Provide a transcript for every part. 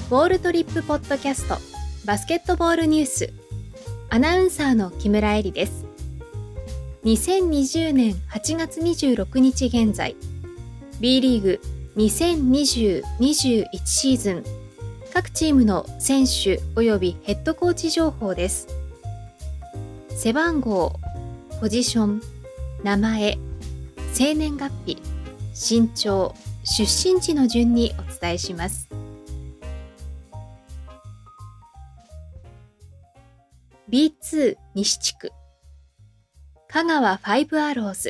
ボールトリップポッドキャストバスケットボールニュース、アナウンサーの木村恵里です。2020年8月26日現在、 B リーグ2020-21シーズン各チームの選手及びヘッドコーチ情報です。背番号、ポジション、名前、生年月日、身長、出身地の順にお伝えします。B2 西地区、香川ファイブアローズ。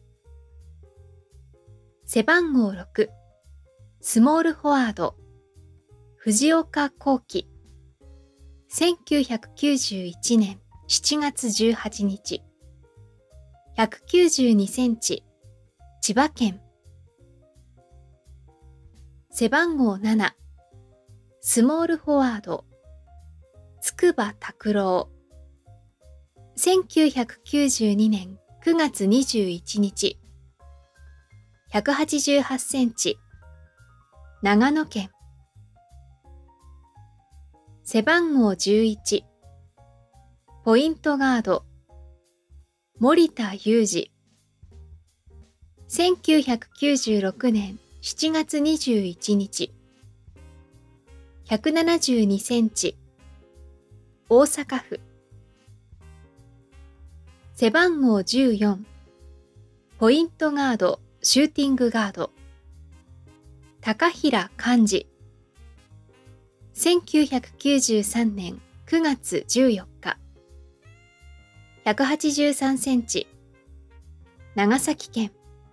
背番号6、スモールフォワード、藤岡幸輝。1991年7月18日。192センチ、千葉県。背番号7、スモールフォワード、筑波拓郎。1992年9月21日。188センチ、長野県。背番号11、ポイントガード、森田祐二。1996年7月21日。172センチ、大阪府。背番号14、ポイントガード、シューティングガード、高平寛治。1993年9月14日。183センチ、長崎県。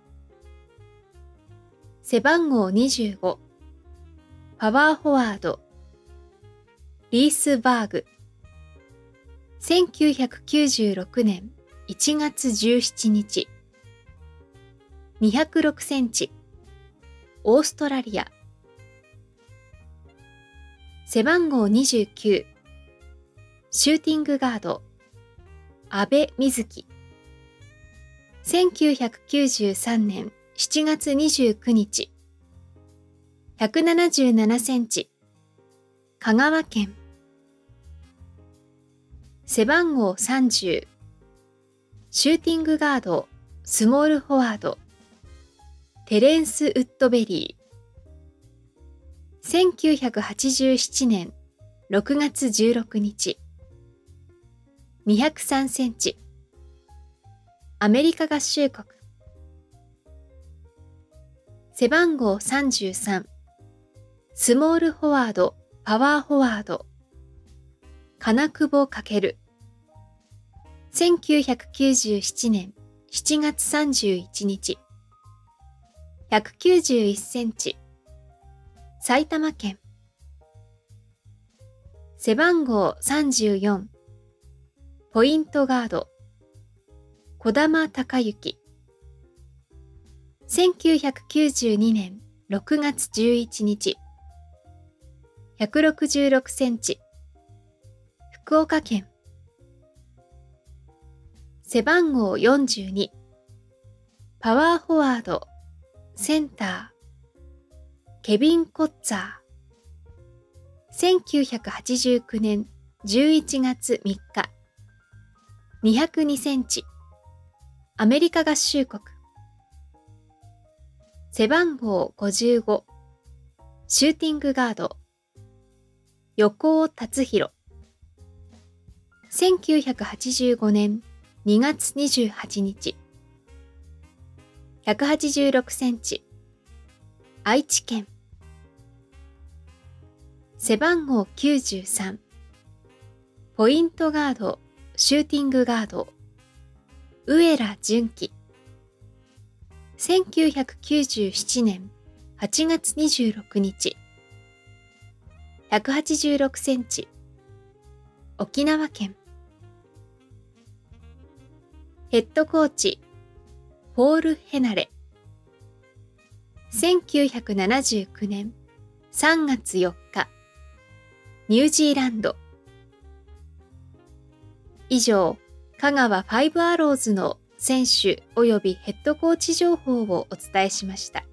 背番号25、パワーフォワード、リースバーグ。1996年1月17日。206センチ、オーストラリア。背番号29、シューティングガード、阿部瑞希。1993年7月29日。177センチ、香川県。背番号30、シューティングガード、スモールフォワード、テレンス・ウッドベリー。1987年6月16日。203センチ、アメリカ合衆国。背番号33、スモールフォワード、パワーフォワード、金久保翔。1997年7月31日。191センチ、埼玉県。背番号34、ポイントガード、児玉孝之。1992年6月11日。166センチ、福岡県。背番号42、パワーフォワード、センター、ケビン・コッツァー。1989年11月3日。202センチ、アメリカ合衆国。背番号55、シューティングガード、横尾達弘。1985年2月28日。186センチ、愛知県。背番号93、ポイントガード、シューティングガード、上良純喜。1997年8月26日。186センチ、沖縄県。ヘッドコーチ、ポール・ヘナレ。1979年3月4日。ニュージーランド。以上、香川ファイブアローズの選手及びヘッドコーチ情報をお伝えしました。